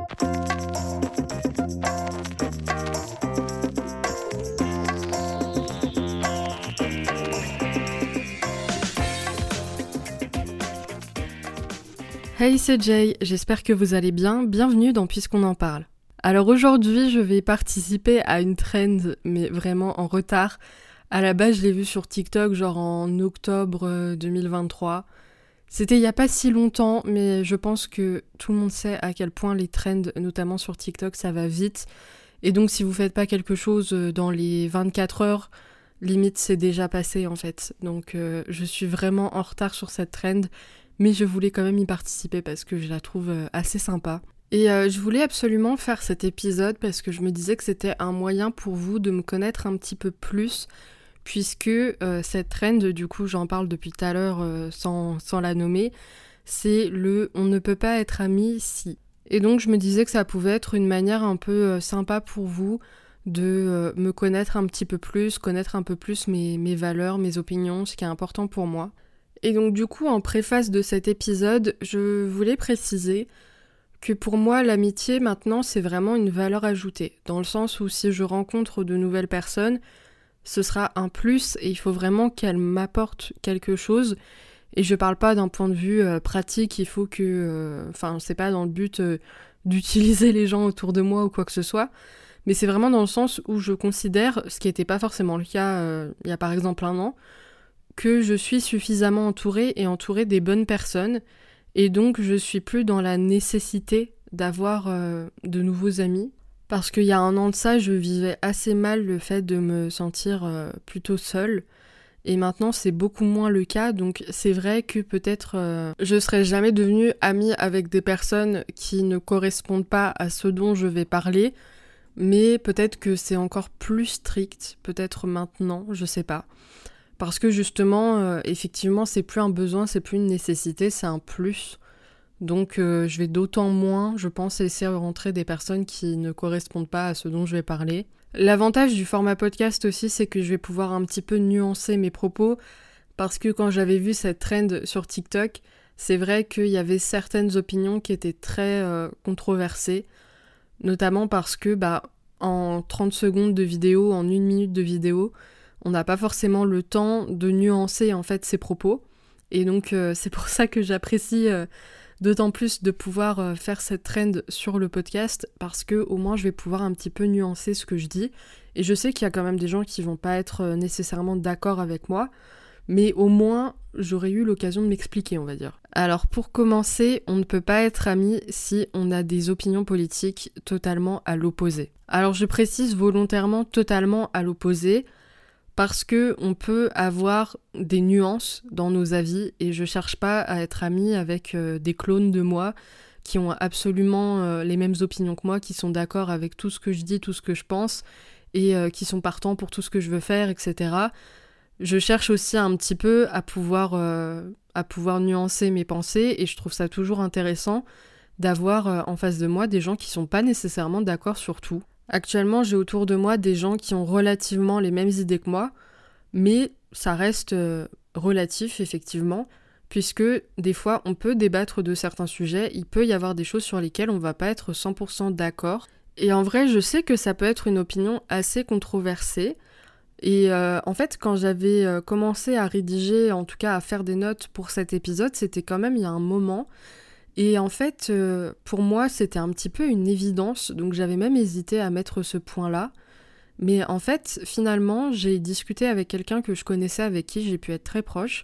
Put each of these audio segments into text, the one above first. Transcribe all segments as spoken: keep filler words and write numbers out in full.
Hey, c'est Jay, j'espère que vous allez bien, bienvenue dans Puisqu'on en parle. Alors aujourd'hui, je vais participer à une trend, mais vraiment en retard. À la base, je l'ai vue sur TikTok, genre en octobre deux mille vingt-trois. C'était il y a pas si longtemps, mais je pense que tout le monde sait à quel point les trends, notamment sur TikTok, ça va vite. Et donc si vous faites pas quelque chose dans les vingt-quatre heures, limite c'est déjà passé en fait. Donc euh, je suis vraiment en retard sur cette trend. Mais je voulais quand même y participer parce que je la trouve assez sympa. Et euh, je voulais absolument faire cet épisode parce que je me disais que c'était un moyen pour vous de me connaître un petit peu plus, puisque euh, cette trend, du coup j'en parle depuis tout à l'heure euh, sans, sans la nommer, c'est le « on ne peut pas être amis si ». Et donc je me disais que ça pouvait être une manière un peu euh, sympa pour vous de euh, me connaître un petit peu plus, connaître un peu plus mes, mes valeurs, mes opinions, ce qui est important pour moi. Et donc du coup, en préface de cet épisode, je voulais préciser que pour moi, l'amitié, maintenant, c'est vraiment une valeur ajoutée. Dans le sens où si je rencontre de nouvelles personnes, ce sera un plus et il faut vraiment qu'elles m'apportent quelque chose. Et je parle pas d'un point de vue euh, pratique, il faut que... Enfin, euh, c'est pas dans le but euh, d'utiliser les gens autour de moi ou quoi que ce soit, mais c'est vraiment dans le sens où je considère, ce qui n'était pas forcément le cas euh, il y a par exemple un an, que je suis suffisamment entourée et entourée des bonnes personnes et donc je suis plus dans la nécessité d'avoir euh, de nouveaux amis parce qu'il y a un an de ça je vivais assez mal le fait de me sentir euh, plutôt seule et maintenant c'est beaucoup moins le cas, donc c'est vrai que peut-être euh, je serais jamais devenue amie avec des personnes qui ne correspondent pas à ce dont je vais parler, mais peut-être que c'est encore plus strict, peut-être maintenant, je sais pas. Parce que justement, euh, effectivement, c'est plus un besoin, c'est plus une nécessité, c'est un plus. Donc euh, je vais d'autant moins, je pense, laisser rentrer des personnes qui ne correspondent pas à ce dont je vais parler. L'avantage du format podcast aussi, c'est que je vais pouvoir un petit peu nuancer mes propos, parce que quand j'avais vu cette trend sur TikTok, c'est vrai qu'il y avait certaines opinions qui étaient très euh, controversées, notamment parce que, bah, en trente secondes de vidéo, en une minute de vidéo, on n'a pas forcément le temps de nuancer en fait ses propos. Et donc euh, c'est pour ça que j'apprécie euh, d'autant plus de pouvoir euh, faire cette trend sur le podcast, parce que au moins je vais pouvoir un petit peu nuancer ce que je dis. Et je sais qu'il y a quand même des gens qui vont pas être euh, nécessairement d'accord avec moi, mais au moins j'aurais eu l'occasion de m'expliquer, on va dire. Alors pour commencer, on ne peut pas être amis si on a des opinions politiques totalement à l'opposé. Alors je précise volontairement totalement à l'opposé, parce que on peut avoir des nuances dans nos avis et je cherche pas à être amie avec euh, des clones de moi qui ont absolument euh, les mêmes opinions que moi, qui sont d'accord avec tout ce que je dis, tout ce que je pense et euh, qui sont partants pour tout ce que je veux faire, et cetera. Je cherche aussi un petit peu à pouvoir, euh, à pouvoir nuancer mes pensées et je trouve ça toujours intéressant d'avoir euh, en face de moi des gens qui sont pas nécessairement d'accord sur tout. Actuellement, j'ai autour de moi des gens qui ont relativement les mêmes idées que moi, mais ça reste euh, relatif, effectivement, puisque des fois, on peut débattre de certains sujets, il peut y avoir des choses sur lesquelles on va pas être cent pour cent d'accord. Et en vrai, je sais que ça peut être une opinion assez controversée, et euh, en fait, quand j'avais euh, commencé à rédiger, en tout cas à faire des notes pour cet épisode, c'était quand même il y a un moment. Et en fait, euh, pour moi, c'était un petit peu une évidence, donc j'avais même hésité à mettre ce point-là. Mais en fait, finalement, j'ai discuté avec quelqu'un que je connaissais, avec qui j'ai pu être très proche,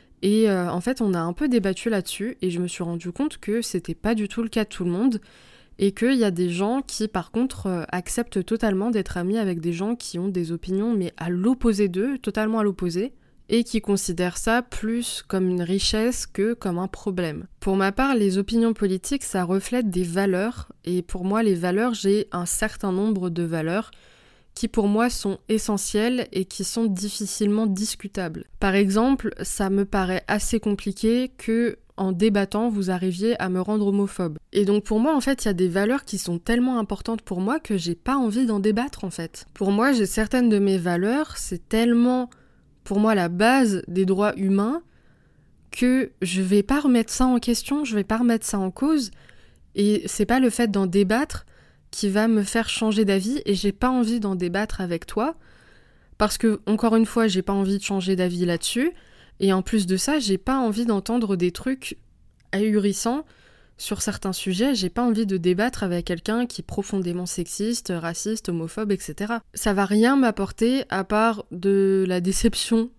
et euh, en fait, on a un peu débattu là-dessus, et je me suis rendu compte que c'était pas du tout le cas de tout le monde, et qu'il y a des gens qui, par contre, euh, acceptent totalement d'être amis avec des gens qui ont des opinions, mais à l'opposé d'eux, totalement à l'opposé, et qui considèrent ça plus comme une richesse que comme un problème. Pour ma part, les opinions politiques, ça reflète des valeurs, et pour moi, les valeurs, j'ai un certain nombre de valeurs qui pour moi sont essentielles et qui sont difficilement discutables. Par exemple, ça me paraît assez compliqué que en débattant, vous arriviez à me rendre homophobe. Et donc pour moi, en fait, il y a des valeurs qui sont tellement importantes pour moi que j'ai pas envie d'en débattre, en fait. Pour moi, j'ai certaines de mes valeurs, c'est tellement pour moi la base des droits humains que je vais pas remettre ça en question, je vais pas remettre ça en cause, Et c'est pas le fait d'en débattre qui va me faire changer d'avis, et j'ai pas envie d'en débattre avec toi, parce que, encore une fois, j'ai pas envie de changer d'avis là-dessus, et en plus de ça, j'ai pas envie d'entendre des trucs ahurissants sur certains sujets, j'ai pas envie de débattre avec quelqu'un qui est profondément sexiste, raciste, homophobe, et cetera. Ça va rien m'apporter à part de la déception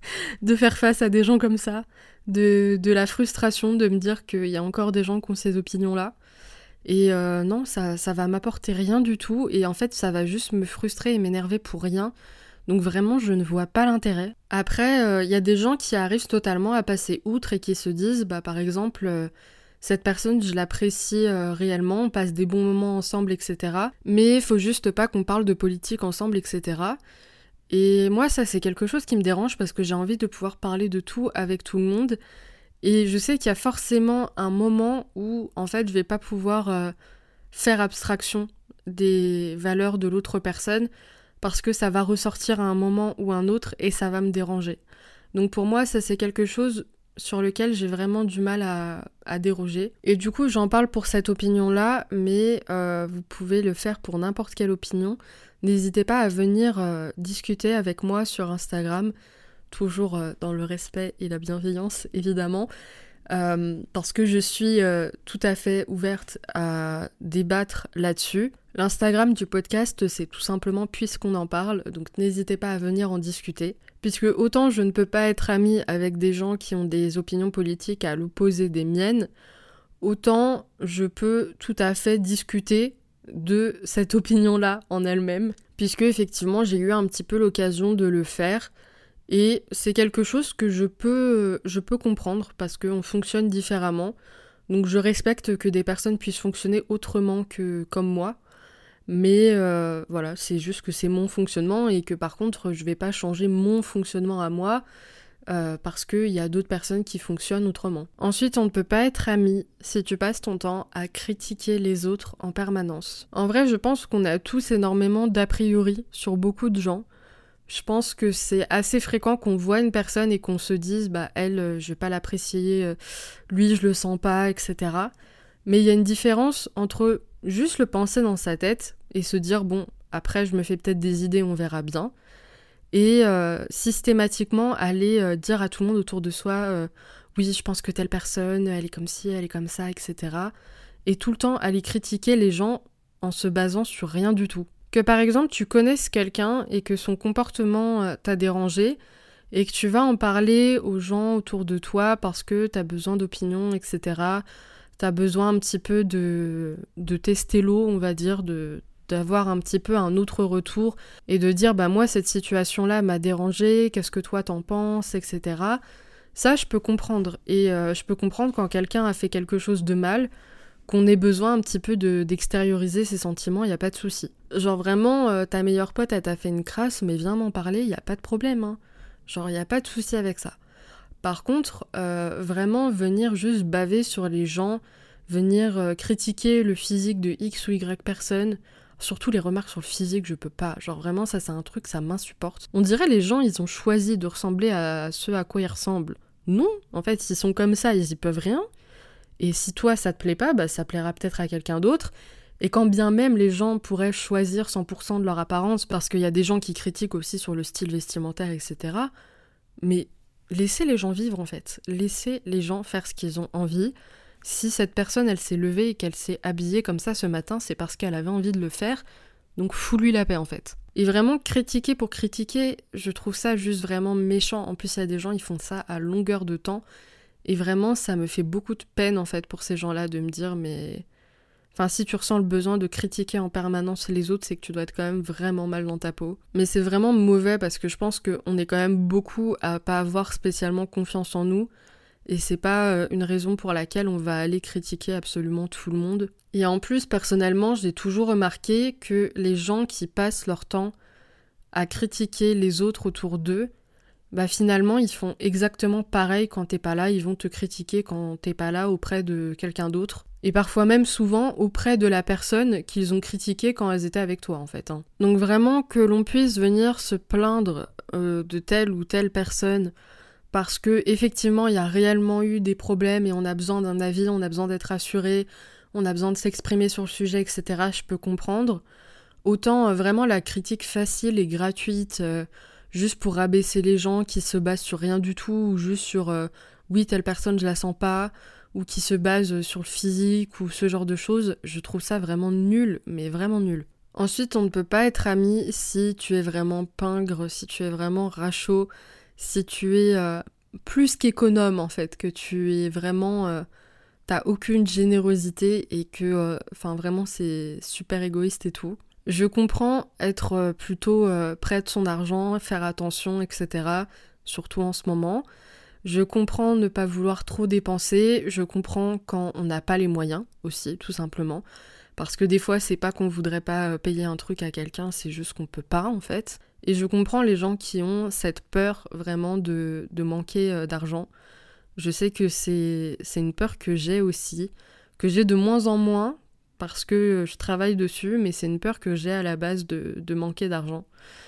de faire face à des gens comme ça, de, de la frustration de me dire qu'il y a encore des gens qui ont ces opinions-là. Et euh, non, ça, ça va m'apporter rien du tout, et en fait, ça va juste me frustrer et m'énerver pour rien. Donc vraiment, je ne vois pas l'intérêt. Après, il euh, y a des gens qui arrivent totalement à passer outre et qui se disent, bah par exemple, euh, cette personne, je l'apprécie euh, réellement, on passe des bons moments ensemble, et cetera. Mais il faut juste pas qu'on parle de politique ensemble, et cetera. Et moi, ça, c'est quelque chose qui me dérange parce que j'ai envie de pouvoir parler de tout avec tout le monde. Et je sais qu'il y a forcément un moment où, en fait, je vais pas pouvoir euh, faire abstraction des valeurs de l'autre personne, parce que ça va ressortir à un moment ou un autre et ça va me déranger. Donc pour moi, ça c'est quelque chose sur lequel j'ai vraiment du mal à, à déroger. Et du coup, j'en parle pour cette opinion-là, mais euh, vous pouvez le faire pour n'importe quelle opinion. N'hésitez pas à venir euh, discuter avec moi sur Instagram, toujours euh, dans le respect et la bienveillance, évidemment. Euh, parce que je suis euh, tout à fait ouverte à débattre là-dessus. L'Instagram du podcast, c'est tout simplement Puisqu'on en parle, donc n'hésitez pas à venir en discuter. Puisque autant je ne peux pas être amie avec des gens qui ont des opinions politiques à l'opposé des miennes, autant je peux tout à fait discuter de cette opinion-là en elle-même, puisque effectivement j'ai eu un petit peu l'occasion de le faire. Et c'est quelque chose que je peux, je peux comprendre parce qu'on fonctionne différemment. Donc je respecte que des personnes puissent fonctionner autrement que comme moi. Mais euh, voilà, c'est juste que c'est mon fonctionnement et que par contre, je vais pas changer mon fonctionnement à moi euh, parce qu'il y a d'autres personnes qui fonctionnent autrement. Ensuite, on ne peut pas être ami si tu passes ton temps à critiquer les autres en permanence. En vrai, je pense qu'on a tous énormément d'a priori sur beaucoup de gens. Je pense que c'est assez fréquent qu'on voit une personne et qu'on se dise bah elle, euh, je vais pas l'apprécier, euh, lui je le sens pas, et cetera. Mais il y a une différence entre juste le penser dans sa tête et se dire bon, après je me fais peut-être des idées, on verra bien, et euh, systématiquement aller euh, dire à tout le monde autour de soi euh, oui je pense que telle personne, elle est comme ci, elle est comme ça, et cetera. Et tout le temps aller critiquer les gens en se basant sur rien du tout. Que par exemple tu connaisses quelqu'un et que son comportement euh, t'a dérangé et que tu vas en parler aux gens autour de toi parce que t'as besoin d'opinions, et cetera. T'as besoin un petit peu de, de tester l'eau, on va dire, de, d'avoir un petit peu un autre retour et de dire bah moi cette situation-là m'a dérangé, qu'est-ce que toi t'en penses, et cetera. Ça je peux comprendre et euh, je peux comprendre quand quelqu'un a fait quelque chose de mal, qu'on ait besoin un petit peu de, d'extérioriser ses sentiments, y a pas de souci. Genre vraiment, euh, ta meilleure pote, elle t'a fait une crasse, mais viens m'en parler, y a pas de problème, hein. Genre y a pas de souci avec ça. Par contre, euh, vraiment venir juste baver sur les gens, venir euh, critiquer le physique de X ou Y personne, surtout les remarques sur le physique, je peux pas. Genre vraiment, ça c'est un truc, ça m'insupporte. On dirait les gens, ils ont choisi de ressembler à ce à quoi ils ressemblent. Non, en fait, ils sont comme ça, ils y peuvent rien. Et si toi ça te plaît pas, bah ça plaira peut-être à quelqu'un d'autre. Et quand bien même les gens pourraient choisir cent pour cent de leur apparence, parce qu'il y a des gens qui critiquent aussi sur le style vestimentaire, et cetera. Mais laissez les gens vivre en fait. Laissez les gens faire ce qu'ils ont envie. Si cette personne elle s'est levée et qu'elle s'est habillée comme ça ce matin, c'est parce qu'elle avait envie de le faire. Donc fous-lui la paix en fait. Et vraiment critiquer pour critiquer, je trouve ça juste vraiment méchant. En plus il y a des gens, ils font ça à longueur de temps. Et vraiment, ça me fait beaucoup de peine, en fait, pour ces gens-là, de me dire, mais... Enfin, si tu ressens le besoin de critiquer en permanence les autres, c'est que tu dois être quand même vraiment mal dans ta peau. Mais c'est vraiment mauvais, parce que je pense qu'on est quand même beaucoup à pas avoir spécialement confiance en nous, et c'est pas une raison pour laquelle on va aller critiquer absolument tout le monde. Et en plus, personnellement, j'ai toujours remarqué que les gens qui passent leur temps à critiquer les autres autour d'eux, bah finalement ils font exactement pareil quand t'es pas là, ils vont te critiquer quand t'es pas là auprès de quelqu'un d'autre. Et parfois même souvent auprès de la personne qu'ils ont critiquée quand elles étaient avec toi en fait. Hein. Donc vraiment que l'on puisse venir se plaindre euh, de telle ou telle personne parce que effectivement il y a réellement eu des problèmes et on a besoin d'un avis, on a besoin d'être assuré, on a besoin de s'exprimer sur le sujet, et cetera, je peux comprendre. Autant euh, vraiment la critique facile et gratuite, euh, juste pour rabaisser les gens qui se basent sur rien du tout, ou juste sur euh, oui, telle personne je la sens pas, ou qui se base sur le physique, ou ce genre de choses, je trouve ça vraiment nul, mais vraiment nul. Ensuite, on ne peut pas être ami si tu es vraiment pingre, si tu es vraiment rachot, si tu es euh, plus qu'économe en fait, que tu es vraiment... Euh, t'as aucune générosité et que, enfin euh, vraiment c'est super égoïste et tout. Je comprends être euh, plutôt euh, près de son argent, faire attention, et cetera. Surtout en ce moment. Je comprends ne pas vouloir trop dépenser, je comprends quand on n'a pas les moyens aussi, tout simplement. Parce que des fois, c'est pas qu'on voudrait pas payer un truc à quelqu'un, c'est juste qu'on peut pas, en fait. Et je comprends les gens qui ont cette peur vraiment de, de manquer euh, d'argent. Je sais que c'est, c'est une peur que j'ai aussi, que j'ai de moins en moins, parce que je travaille dessus, mais c'est une peur que j'ai à la base de, de manquer d'argent.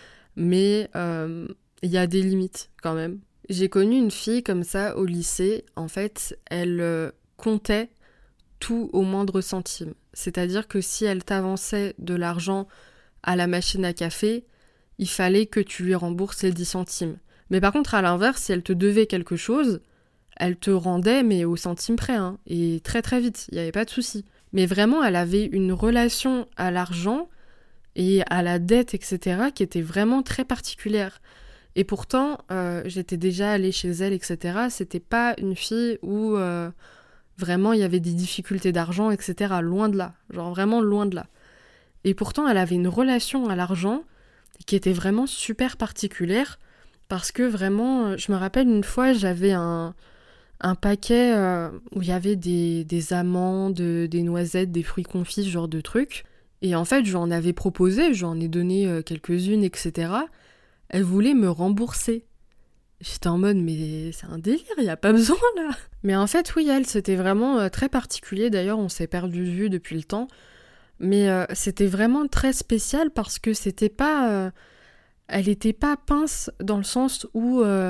Mais il euh, y a des limites, quand même. J'ai connu une fille comme ça au lycée, en fait, elle euh, comptait tout au moindre centime. C'est-à-dire que si elle t'avançait de l'argent à la machine à café, il fallait que tu lui rembourses les dix centimes. Mais par contre, à l'inverse, si elle te devait quelque chose, elle te rendait, mais au centime près, hein, et très très vite, il n'y avait pas de souci. Mais vraiment, elle avait une relation à l'argent et à la dette, et cetera, qui était vraiment très particulière. Et pourtant, euh, j'étais déjà allée chez elle, et cetera. C'était pas une fille où... Euh, Vraiment, il y avait des difficultés d'argent, et cetera. Loin de là. Genre vraiment loin de là. Et pourtant, elle avait une relation à l'argent qui était vraiment super particulière. Parce que vraiment, je me rappelle une fois, j'avais un, un paquet euh, où il y avait des, des amandes, des noisettes, des fruits confits, ce genre de trucs. Et en fait, j'en avais proposé, j'en ai donné euh, quelques-unes, et cetera. Elle voulait me rembourser. J'étais en mode, mais c'est un délire, il n'y a pas besoin là. Mais en fait, oui, elle, c'était vraiment euh, très particulier. D'ailleurs, on s'est perdu de vue depuis le temps. Mais euh, c'était vraiment très spécial parce que c'était pas... Euh, elle était pas pince dans le sens où euh,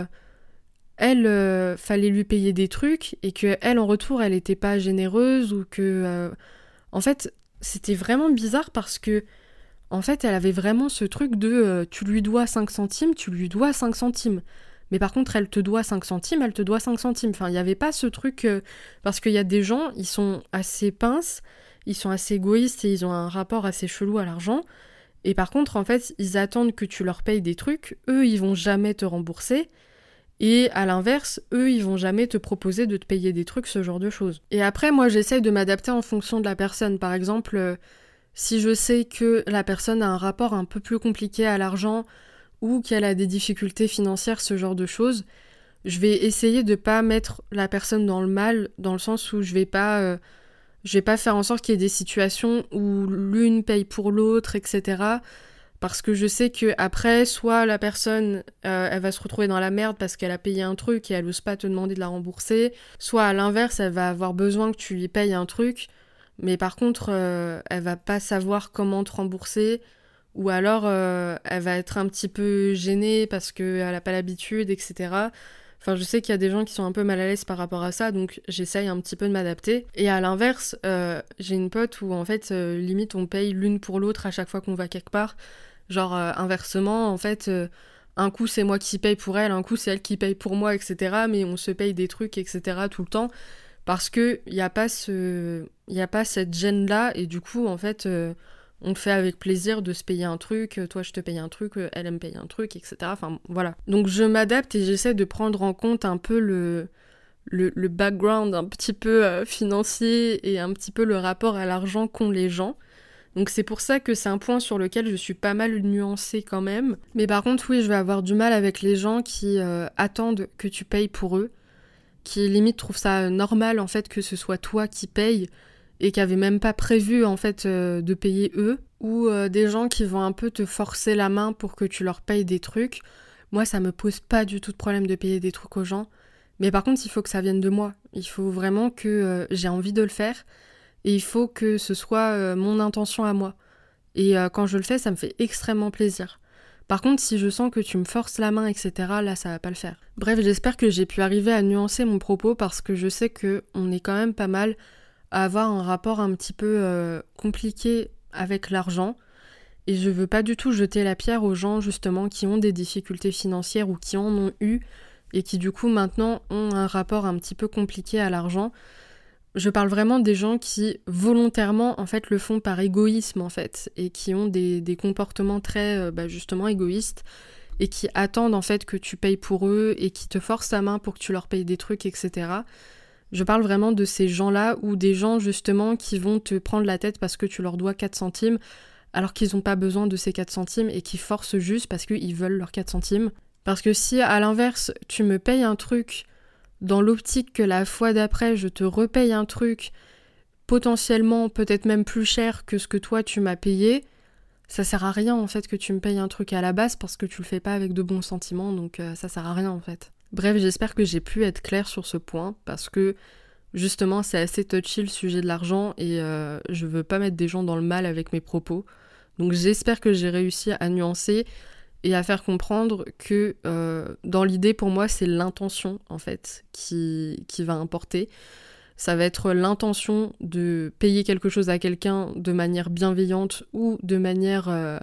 elle, euh, fallait lui payer des trucs et que elle, en retour, elle était pas généreuse ou que... Euh, en fait, c'était vraiment bizarre parce que en fait, elle avait vraiment ce truc de euh, tu lui dois cinq centimes, tu lui dois cinq centimes. Mais par contre, elle te doit cinq centimes, elle te doit cinq centimes. Enfin, il n'y avait pas ce truc... Euh, parce qu'il y a des gens, ils sont assez pinces, ils sont assez égoïstes et ils ont un rapport assez chelou à l'argent. Et par contre, en fait, ils attendent que tu leur payes des trucs. Eux, ils vont jamais te rembourser. Et à l'inverse, eux, ils vont jamais te proposer de te payer des trucs, ce genre de choses. Et après, moi, j'essaye de m'adapter en fonction de la personne. Par exemple, euh, si je sais que la personne a un rapport un peu plus compliqué à l'argent... ou qu'elle a des difficultés financières, ce genre de choses, je vais essayer de pas mettre la personne dans le mal, dans le sens où je vais pas, euh, je vais pas faire en sorte qu'il y ait des situations où l'une paye pour l'autre, et cetera. Parce que je sais que après, soit la personne, euh, elle va se retrouver dans la merde parce qu'elle a payé un truc et elle ose pas te demander de la rembourser, soit à l'inverse, elle va avoir besoin que tu lui payes un truc, mais par contre, euh, elle va pas savoir comment te rembourser. Ou alors, euh, elle va être un petit peu gênée parce qu'elle n'a pas l'habitude, et cetera. Enfin, je sais qu'il y a des gens qui sont un peu mal à l'aise par rapport à ça, donc j'essaye un petit peu de m'adapter. Et à l'inverse, euh, j'ai une pote où, en fait, euh, limite, on paye l'une pour l'autre à chaque fois qu'on va quelque part. Genre, euh, inversement, en fait, euh, un coup, c'est moi qui paye pour elle, un coup, c'est elle qui paye pour moi, et cetera. Mais on se paye des trucs, et cetera tout le temps. Parce qu'il n'y a pas ce... y a pas cette gêne-là, et du coup, en fait... Euh, on fait avec plaisir de se payer un truc, toi je te paye un truc, elle, elle me paye un truc, et cetera. Enfin, voilà. Donc je m'adapte et j'essaie de prendre en compte un peu le, le, le background un petit peu euh, financier et un petit peu le rapport à l'argent qu'ont les gens. Donc c'est pour ça que c'est un point sur lequel je suis pas mal nuancée quand même. Mais par contre, oui, je vais avoir du mal avec les gens qui euh, attendent que tu payes pour eux, qui limite trouvent ça normal en fait que ce soit toi qui payes, et qui n'avaient même pas prévu en fait euh, de payer eux, ou euh, des gens qui vont un peu te forcer la main pour que tu leur payes des trucs. Moi, ça me pose pas du tout de problème de payer des trucs aux gens, mais par contre, il faut que ça vienne de moi. Il faut vraiment que euh, j'ai envie de le faire, et il faut que ce soit euh, mon intention à moi. Et euh, quand je le fais, ça me fait extrêmement plaisir. Par contre, si je sens que tu me forces la main, et cetera, là, ça va pas le faire. Bref, j'espère que j'ai pu arriver à nuancer mon propos, parce que je sais qu'on est quand même pas mal à avoir un rapport un petit peu euh, compliqué avec l'argent. Et je veux pas du tout jeter la pierre aux gens justement qui ont des difficultés financières ou qui en ont eu et qui du coup maintenant ont un rapport un petit peu compliqué à l'argent. Je parle vraiment des gens qui volontairement en fait le font par égoïsme en fait et qui ont des, des comportements très euh, bah, justement égoïstes et qui attendent en fait que tu payes pour eux et qui te forcent ta main pour que tu leur payes des trucs, et cetera. Je parle vraiment de ces gens-là ou des gens justement qui vont te prendre la tête parce que tu leur dois quatre centimes alors qu'ils n'ont pas besoin de ces quatre centimes et qui forcent juste parce qu'ils veulent leurs quatre centimes. Parce que si à l'inverse tu me payes un truc dans l'optique que la fois d'après je te repaye un truc potentiellement peut-être même plus cher que ce que toi tu m'as payé, ça sert à rien en fait que tu me payes un truc à la base parce que tu le fais pas avec de bons sentiments, donc euh, ça sert à rien en fait. Bref, j'espère que j'ai pu être claire sur ce point parce que justement c'est assez touchy le sujet de l'argent et euh, je veux pas mettre des gens dans le mal avec mes propos. Donc j'espère que j'ai réussi à nuancer et à faire comprendre que euh, dans l'idée pour moi c'est l'intention en fait qui, qui va importer. Ça va être l'intention de payer quelque chose à quelqu'un de manière bienveillante ou de manière euh,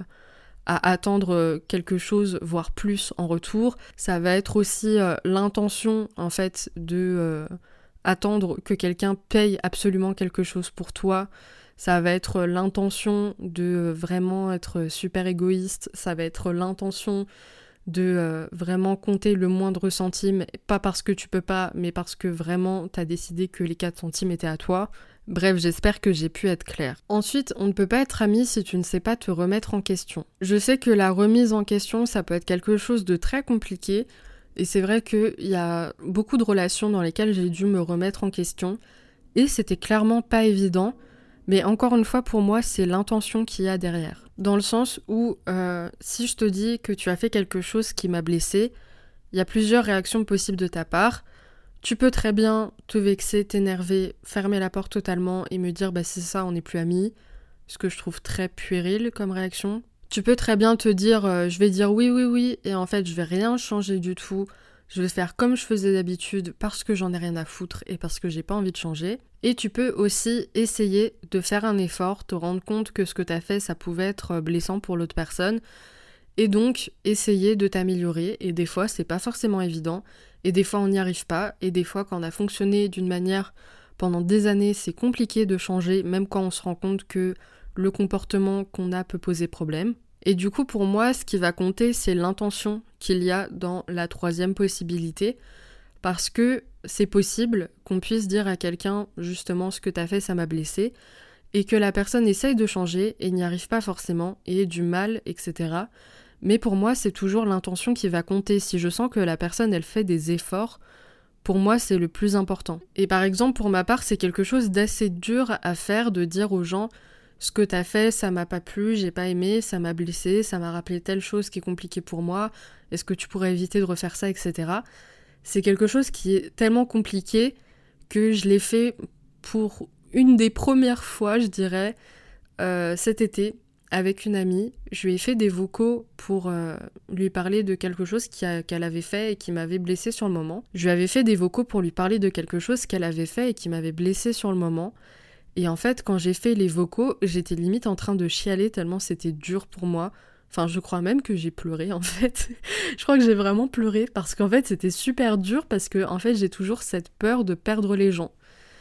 à attendre quelque chose, voire plus en retour. Ça va être aussi euh, l'intention en fait de euh, attendre que quelqu'un paye absolument quelque chose pour toi. Ça va être l'intention de vraiment être super égoïste. Ça va être l'intention de euh, vraiment compter le moindre centime, pas parce que tu peux pas, mais parce que vraiment t'as décidé que les quatre centimes étaient à toi. Bref, j'espère que j'ai pu être claire. Ensuite, on ne peut pas être ami si tu ne sais pas te remettre en question. Je sais que la remise en question, ça peut être quelque chose de très compliqué, et c'est vrai qu'il y a beaucoup de relations dans lesquelles j'ai dû me remettre en question, et c'était clairement pas évident, mais encore une fois, pour moi, c'est l'intention qu'il y a derrière. Dans le sens où, euh, si je te dis que tu as fait quelque chose qui m'a blessée, il y a plusieurs réactions possibles de ta part. Tu peux très bien te vexer, t'énerver, fermer la porte totalement et me dire « bah c'est ça, on n'est plus amis », ce que je trouve très puéril comme réaction. Tu peux très bien te dire euh, « je vais dire oui, oui, oui » et en fait je vais rien changer du tout. Je vais faire comme je faisais d'habitude parce que j'en ai rien à foutre et parce que j'ai pas envie de changer. Et tu peux aussi essayer de faire un effort, te rendre compte que ce que t'as fait, ça pouvait être blessant pour l'autre personne. Et donc, essayer de t'améliorer. Et des fois, c'est pas forcément évident. Et des fois, on n'y arrive pas. Et des fois, quand on a fonctionné d'une manière pendant des années, c'est compliqué de changer, même quand on se rend compte que le comportement qu'on a peut poser problème. Et du coup, pour moi, ce qui va compter, c'est l'intention qu'il y a dans la troisième possibilité. Parce que c'est possible qu'on puisse dire à quelqu'un, justement, ce que t'as fait, ça m'a blessé, et que la personne essaye de changer et n'y arrive pas forcément, et ait du mal, et cetera. Mais pour moi, c'est toujours l'intention qui va compter. Si je sens que la personne, elle fait des efforts, pour moi, c'est le plus important. Et par exemple, pour ma part, c'est quelque chose d'assez dur à faire, de dire aux gens ce que t'as fait, ça m'a pas plu, j'ai pas aimé, ça m'a blessé, ça m'a rappelé telle chose qui est compliquée pour moi, est-ce que tu pourrais éviter de refaire ça, et cetera. C'est quelque chose qui est tellement compliqué que je l'ai fait pour une des premières fois, je dirais, euh, cet été, avec une amie. Je lui ai fait des vocaux pour euh, lui parler de quelque chose qui a, qu'elle avait fait et qui m'avait blessée sur le moment. Je lui avais fait des vocaux pour lui parler de quelque chose qu'elle avait fait et qui m'avait blessée sur le moment. Et en fait, quand j'ai fait les vocaux, j'étais limite en train de chialer tellement c'était dur pour moi. Enfin, je crois même que j'ai pleuré, en fait. Je crois que j'ai vraiment pleuré parce qu'en fait, c'était super dur parce que, en fait, j'ai toujours cette peur de perdre les gens.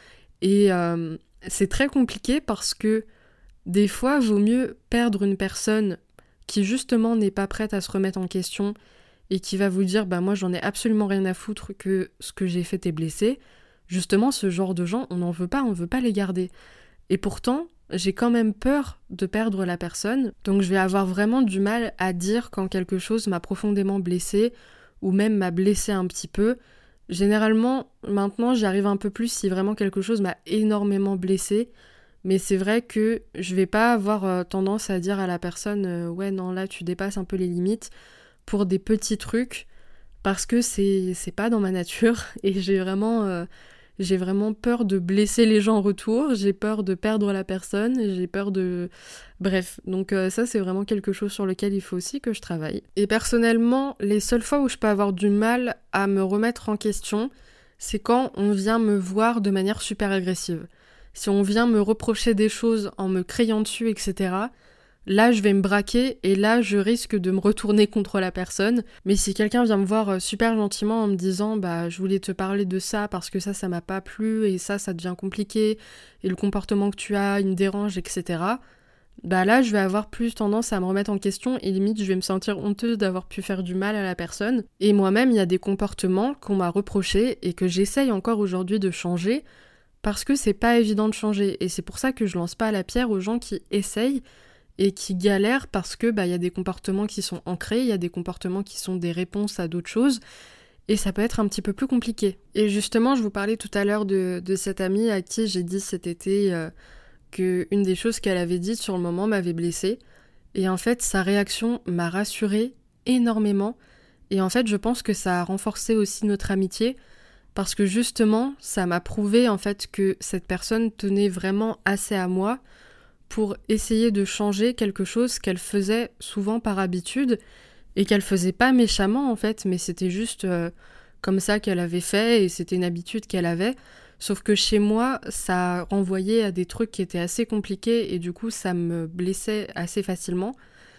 Et euh, c'est très compliqué parce que des fois, vaut mieux perdre une personne qui, justement, n'est pas prête à se remettre en question et qui va vous dire « bah moi, j'en ai absolument rien à foutre que ce que j'ai fait t'est blessé ». Justement, ce genre de gens, on n'en veut pas, on veut pas les garder. Et pourtant, j'ai quand même peur de perdre la personne, donc je vais avoir vraiment du mal à dire quand quelque chose m'a profondément blessée ou même m'a blessée un petit peu. Généralement, maintenant, j'y arrive un peu plus si vraiment quelque chose m'a énormément blessée, mais c'est vrai que je vais pas avoir euh, tendance à dire à la personne euh, ouais non là tu dépasses un peu les limites pour des petits trucs parce que c'est c'est pas dans ma nature et j'ai vraiment euh, J'ai vraiment peur de blesser les gens en retour, j'ai peur de perdre la personne, j'ai peur de... Bref, donc euh, ça c'est vraiment quelque chose sur lequel il faut aussi que je travaille. Et personnellement, les seules fois où je peux avoir du mal à me remettre en question, c'est quand on vient me voir de manière super agressive. Si on vient me reprocher des choses en me criant dessus, et cetera, là, je vais me braquer et là, je risque de me retourner contre la personne. Mais si quelqu'un vient me voir super gentiment en me disant « bah, je voulais te parler de ça parce que ça, ça m'a pas plu et ça, ça devient compliqué et le comportement que tu as, il me dérange, et cetera » bah là, je vais avoir plus tendance à me remettre en question et limite, je vais me sentir honteuse d'avoir pu faire du mal à la personne. Et moi-même, il y a des comportements qu'on m'a reprochés et que j'essaye encore aujourd'hui de changer parce que c'est pas évident de changer. Et c'est pour ça que je lance pas la pierre aux gens qui essayent et qui galèrent parce que bah, y a des comportements qui sont ancrés, il y a des comportements qui sont des réponses à d'autres choses. Et ça peut être un petit peu plus compliqué. Et justement, je vous parlais tout à l'heure de, de cette amie à qui j'ai dit cet été... Euh, qu'une des choses qu'elle avait dites sur le moment m'avait blessée. Et en fait, sa réaction m'a rassurée énormément. Et en fait, je pense que ça a renforcé aussi notre amitié parce que justement, ça m'a prouvé en fait que cette personne tenait vraiment assez à moi pour essayer de changer quelque chose qu'elle faisait souvent par habitude et qu'elle faisait pas méchamment en fait, mais c'était juste euh, comme ça qu'elle avait fait et c'était une habitude qu'elle avait. Sauf que chez moi, ça renvoyait à des trucs qui étaient assez compliqués et du coup, ça me blessait assez facilement.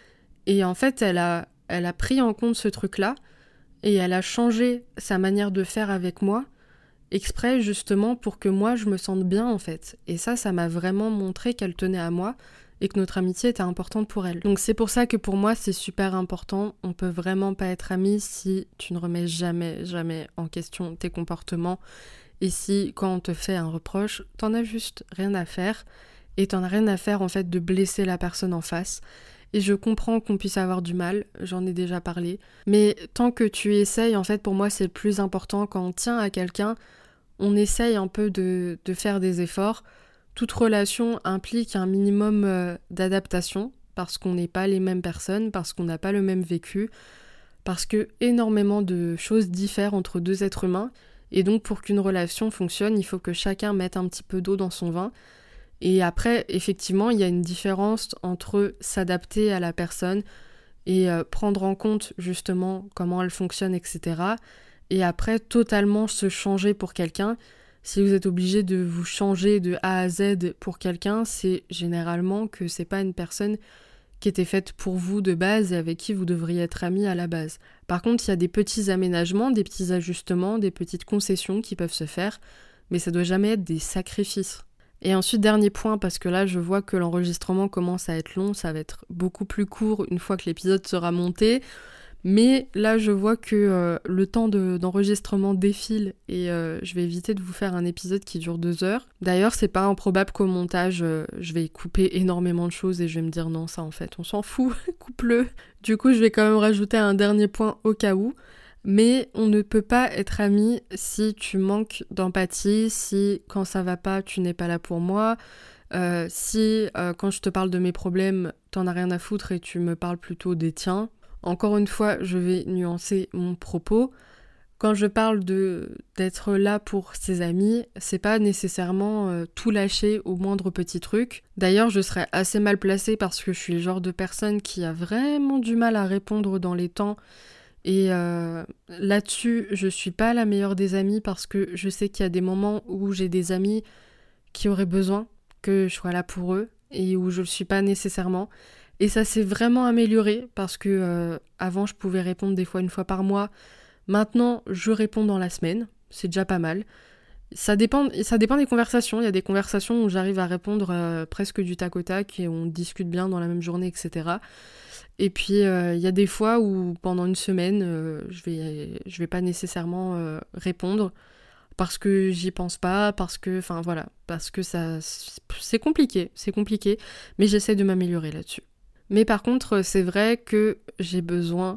Et en fait, elle a, elle a pris en compte ce truc-là et elle a changé sa manière de faire avec moi, exprès justement pour que moi, je me sente bien en fait. Et ça, ça m'a vraiment montré qu'elle tenait à moi et que notre amitié était importante pour elle. Donc c'est pour ça que pour moi, c'est super important. On peut vraiment pas être amis si tu ne remets jamais, jamais en question tes comportements. Et si, quand on te fait un reproche, t'en as juste rien à faire, et t'en as rien à faire en fait de blesser la personne en face. Et je comprends qu'on puisse avoir du mal, j'en ai déjà parlé, mais tant que tu essayes, en fait pour moi c'est le plus important, quand on tient à quelqu'un, on essaye un peu de, de faire des efforts. Toute relation implique un minimum euh, d'adaptation, parce qu'on n'est pas les mêmes personnes, parce qu'on n'a pas le même vécu, parce que énormément de choses diffèrent entre deux êtres humains. Et donc pour qu'une relation fonctionne, il faut que chacun mette un petit peu d'eau dans son vin. Et après, effectivement, il y a une différence entre s'adapter à la personne et euh, prendre en compte justement comment elle fonctionne, et cetera. Et après, totalement se changer pour quelqu'un. Si vous êtes obligé de vous changer de A à Z pour quelqu'un, c'est généralement que c'est pas une personne qui était faite pour vous de base et avec qui vous devriez être amis à la base. Par contre, il y a des petits aménagements, des petits ajustements, des petites concessions qui peuvent se faire, mais ça doit jamais être des sacrifices. Et ensuite, dernier point, parce que là, je vois que l'enregistrement commence à être long, ça va être beaucoup plus court une fois que l'épisode sera monté, mais là, je vois que euh, le temps de, d'enregistrement défile et euh, je vais éviter de vous faire un épisode qui dure deux heures. D'ailleurs, c'est pas improbable qu'au montage, euh, je vais couper énormément de choses et je vais me dire non, ça en fait, on s'en fout, coupe-le. Du coup, je vais quand même rajouter un dernier point au cas où. Mais on ne peut pas être amis si tu manques d'empathie, si quand ça va pas, tu n'es pas là pour moi, euh, si euh, quand je te parle de mes problèmes, t'en as rien à foutre et tu me parles plutôt des tiens. Encore une fois, je vais nuancer mon propos. Quand je parle de d'être là pour ses amis, c'est pas nécessairement euh, tout lâcher au moindre petit truc. D'ailleurs, je serais assez mal placée parce que je suis le genre de personne qui a vraiment du mal à répondre dans les temps. Et euh, là-dessus, je suis pas la meilleure des amies parce que je sais qu'il y a des moments où j'ai des amis qui auraient besoin que je sois là pour eux et où je le suis pas nécessairement. Et ça s'est vraiment amélioré parce que euh, avant je pouvais répondre des fois une fois par mois. Maintenant, je réponds dans la semaine, c'est déjà pas mal. Ça dépend, ça dépend des conversations. Il y a des conversations où j'arrive à répondre euh, presque du tac au tac et on discute bien dans la même journée, et cetera. Et puis euh, il y a des fois où pendant une semaine, euh, je vais, je vais pas nécessairement euh, répondre parce que j'y pense pas, parce que, enfin voilà, parce que ça, c'est compliqué, c'est compliqué, mais j'essaie de m'améliorer là-dessus. Mais par contre, c'est vrai que j'ai besoin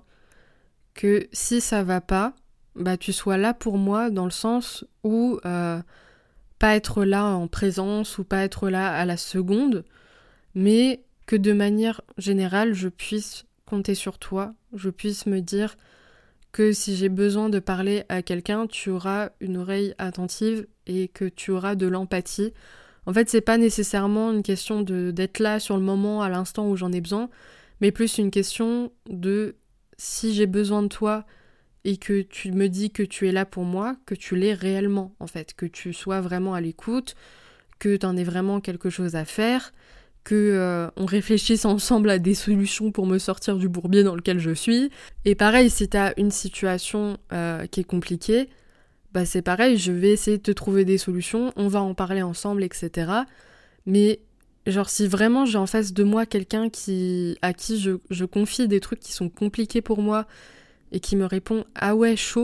que si ça va pas, bah tu sois là pour moi dans le sens où euh, pas être là en présence ou pas être là à la seconde, mais que de manière générale, je puisse compter sur toi, je puisse me dire que si j'ai besoin de parler à quelqu'un, tu auras une oreille attentive et que tu auras de l'empathie. En fait, c'est pas nécessairement une question de, d'être là sur le moment, à l'instant où j'en ai besoin, mais plus une question de si j'ai besoin de toi et que tu me dis que tu es là pour moi, que tu l'es réellement, en fait, que tu sois vraiment à l'écoute, que t'en aies vraiment quelque chose à faire, que euh, on réfléchisse ensemble à des solutions pour me sortir du bourbier dans lequel je suis. Et pareil, si t'as une situation euh, qui est compliquée, bah c'est pareil, je vais essayer de te trouver des solutions, on va en parler ensemble, et cetera. Mais genre si vraiment j'ai en face de moi quelqu'un qui, à qui je, je confie des trucs qui sont compliqués pour moi et qui me répond « Ah ouais, chaud ?»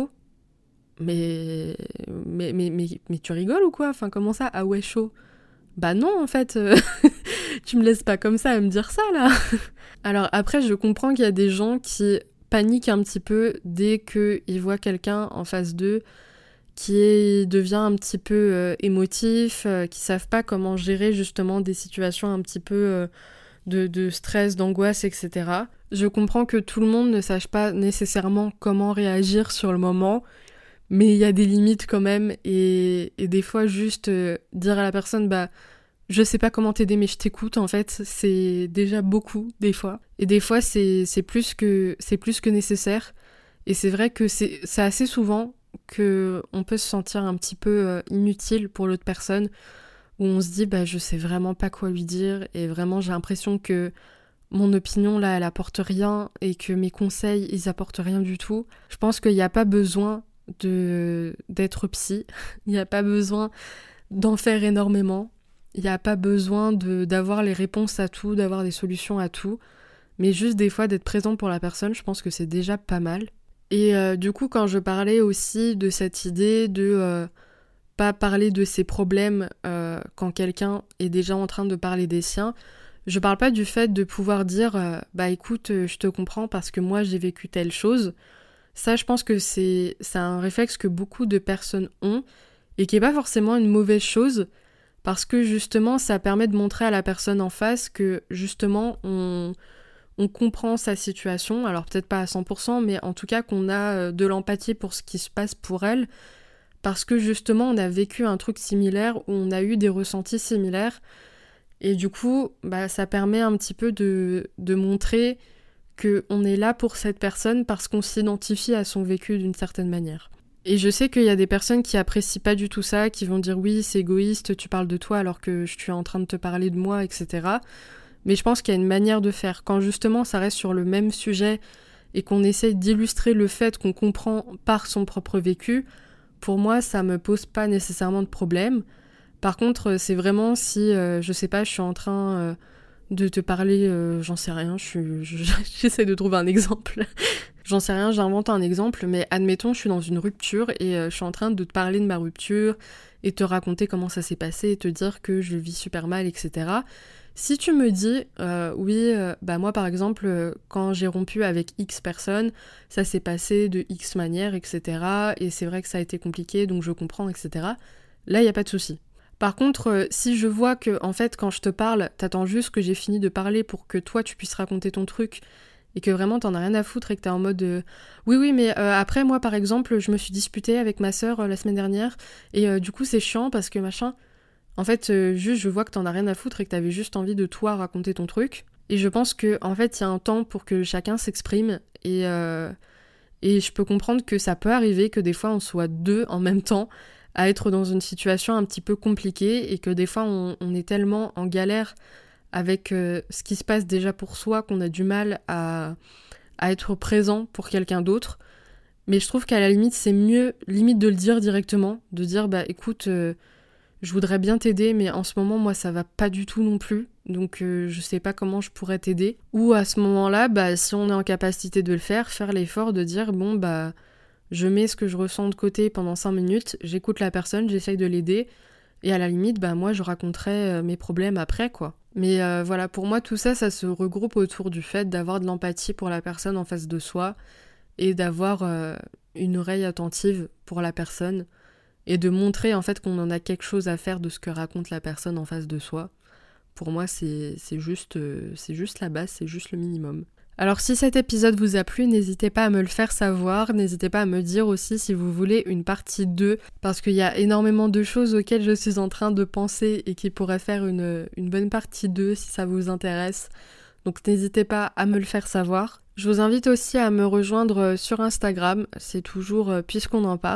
mais... Mais, mais, mais, mais tu rigoles ou quoi ? Enfin, comment ça, « Ah ouais, chaud ?» Bah non, en fait, euh, tu me laisses pas comme ça à me dire ça, là. Alors après, je comprends qu'il y a des gens qui paniquent un petit peu dès qu'ils voient quelqu'un en face d'eux qui est, devient un petit peu euh, émotif, euh, qui savent pas comment gérer justement des situations un petit peu euh, de, de stress, d'angoisse, et cetera. Je comprends que tout le monde ne sache pas nécessairement comment réagir sur le moment, mais il y a des limites quand même, et, et des fois juste euh, dire à la personne, bah je sais pas comment t'aider mais je t'écoute, en fait, c'est déjà beaucoup des fois. Et des fois c'est, c'est, plus, que, c'est plus que nécessaire, et c'est vrai que c'est, c'est assez souvent qu'on peut se sentir un petit peu euh, inutile pour l'autre personne, où on se dit bah je sais vraiment pas quoi lui dire, et vraiment j'ai l'impression que mon opinion là elle apporte rien, et que mes conseils ils apportent rien du tout. Je pense qu'il n'y a pas besoin de, d'être psy, il n'y a pas besoin d'en faire énormément, il n'y a pas besoin de, d'avoir les réponses à tout, d'avoir des solutions à tout, mais juste des fois d'être présent pour la personne, je pense que c'est déjà pas mal. Et euh, du coup, quand je parlais aussi de cette idée de euh, pas parler de ses problèmes euh, quand quelqu'un est déjà en train de parler des siens, je parle pas du fait de pouvoir dire euh, bah écoute, euh, je te comprends parce que moi j'ai vécu telle chose. Ça, je pense que c'est, c'est un réflexe que beaucoup de personnes ont et qui est pas forcément une mauvaise chose, parce que justement, ça permet de montrer à la personne en face que justement, on... on comprend sa situation, alors peut-être pas à cent pour cent, mais en tout cas qu'on a de l'empathie pour ce qui se passe pour elle, parce que justement on a vécu un truc similaire, où on a eu des ressentis similaires, et du coup bah, ça permet un petit peu de, de montrer qu'on est là pour cette personne parce qu'on s'identifie à son vécu d'une certaine manière. Et je sais qu'il y a des personnes qui apprécient pas du tout ça, qui vont dire oui c'est égoïste, tu parles de toi alors que je suis en train de te parler de moi, et cetera. Mais je pense qu'il y a une manière de faire. Quand justement ça reste sur le même sujet et qu'on essaye d'illustrer le fait qu'on comprend par son propre vécu, pour moi ça me pose pas nécessairement de problème. Par contre, c'est vraiment si, euh, je sais pas, je suis en train euh, de te parler, euh, j'en sais rien, je suis, je, j'essaie de trouver un exemple. J'en sais rien, j'invente un exemple, mais admettons je suis dans une rupture et euh, je suis en train de te parler de ma rupture et te raconter comment ça s'est passé et te dire que je vis super mal, et cetera. Si tu me dis, euh, oui, euh, bah moi par exemple, euh, quand j'ai rompu avec X personnes, ça s'est passé de X manière, et cetera. Et c'est vrai que ça a été compliqué, donc je comprends, et cetera. Là, il n'y a pas de souci. Par contre, euh, si je vois que, en fait, quand je te parle, t'attends juste que j'ai fini de parler pour que toi, tu puisses raconter ton truc, et que vraiment t'en as rien à foutre, et que t'es en mode euh, oui, oui, mais euh, après, moi, par exemple, je me suis disputée avec ma sœur euh, la semaine dernière, et euh, du coup, c'est chiant parce que machin... En fait, euh, juste, je vois que t'en as rien à foutre et que t'avais juste envie de toi raconter ton truc. Et je pense que, en fait, il y a un temps pour que chacun s'exprime. Et, euh, et je peux comprendre que ça peut arriver que des fois, on soit deux en même temps à être dans une situation un petit peu compliquée et que des fois, on, on est tellement en galère avec euh, ce qui se passe déjà pour soi qu'on a du mal à, à être présent pour quelqu'un d'autre. Mais je trouve qu'à la limite, c'est mieux, limite, de le dire directement. De dire, bah, écoute... Euh, je voudrais bien t'aider, mais en ce moment, moi, ça va pas du tout non plus. Donc, euh, je sais pas comment je pourrais t'aider. Ou à ce moment-là, bah, si on est en capacité de le faire, faire l'effort de dire, bon, bah, je mets ce que je ressens de côté pendant cinq minutes, j'écoute la personne, j'essaye de l'aider, et à la limite, bah, moi, je raconterai euh, mes problèmes après, quoi. Mais euh, voilà, pour moi, tout ça, ça se regroupe autour du fait d'avoir de l'empathie pour la personne en face de soi, et d'avoir euh, une oreille attentive pour la personne, et de montrer en fait qu'on en a quelque chose à faire de ce que raconte la personne en face de soi. Pour moi, c'est, c'est, juste, euh, c'est juste la base, c'est juste le minimum. Alors si cet épisode vous a plu, n'hésitez pas à me le faire savoir, n'hésitez pas à me dire aussi si vous voulez une partie deux, parce qu'il y a énormément de choses auxquelles je suis en train de penser et qui pourraient faire une, une bonne partie deux si ça vous intéresse. Donc n'hésitez pas à me le faire savoir. Je vous invite aussi à me rejoindre sur Instagram, c'est toujours euh, puisqu'on en parle.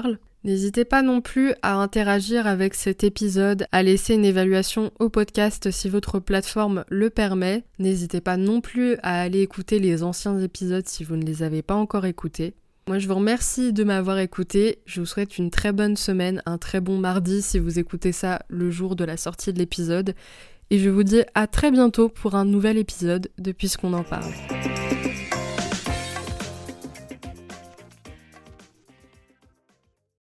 N'hésitez pas non plus à interagir avec cet épisode, à laisser une évaluation au podcast si votre plateforme le permet. N'hésitez pas non plus à aller écouter les anciens épisodes si vous ne les avez pas encore écoutés. Moi, je vous remercie de m'avoir écouté. Je vous souhaite une très bonne semaine, un très bon mardi si vous écoutez ça le jour de la sortie de l'épisode. Et je vous dis à très bientôt pour un nouvel épisode de Puisqu'on en parle.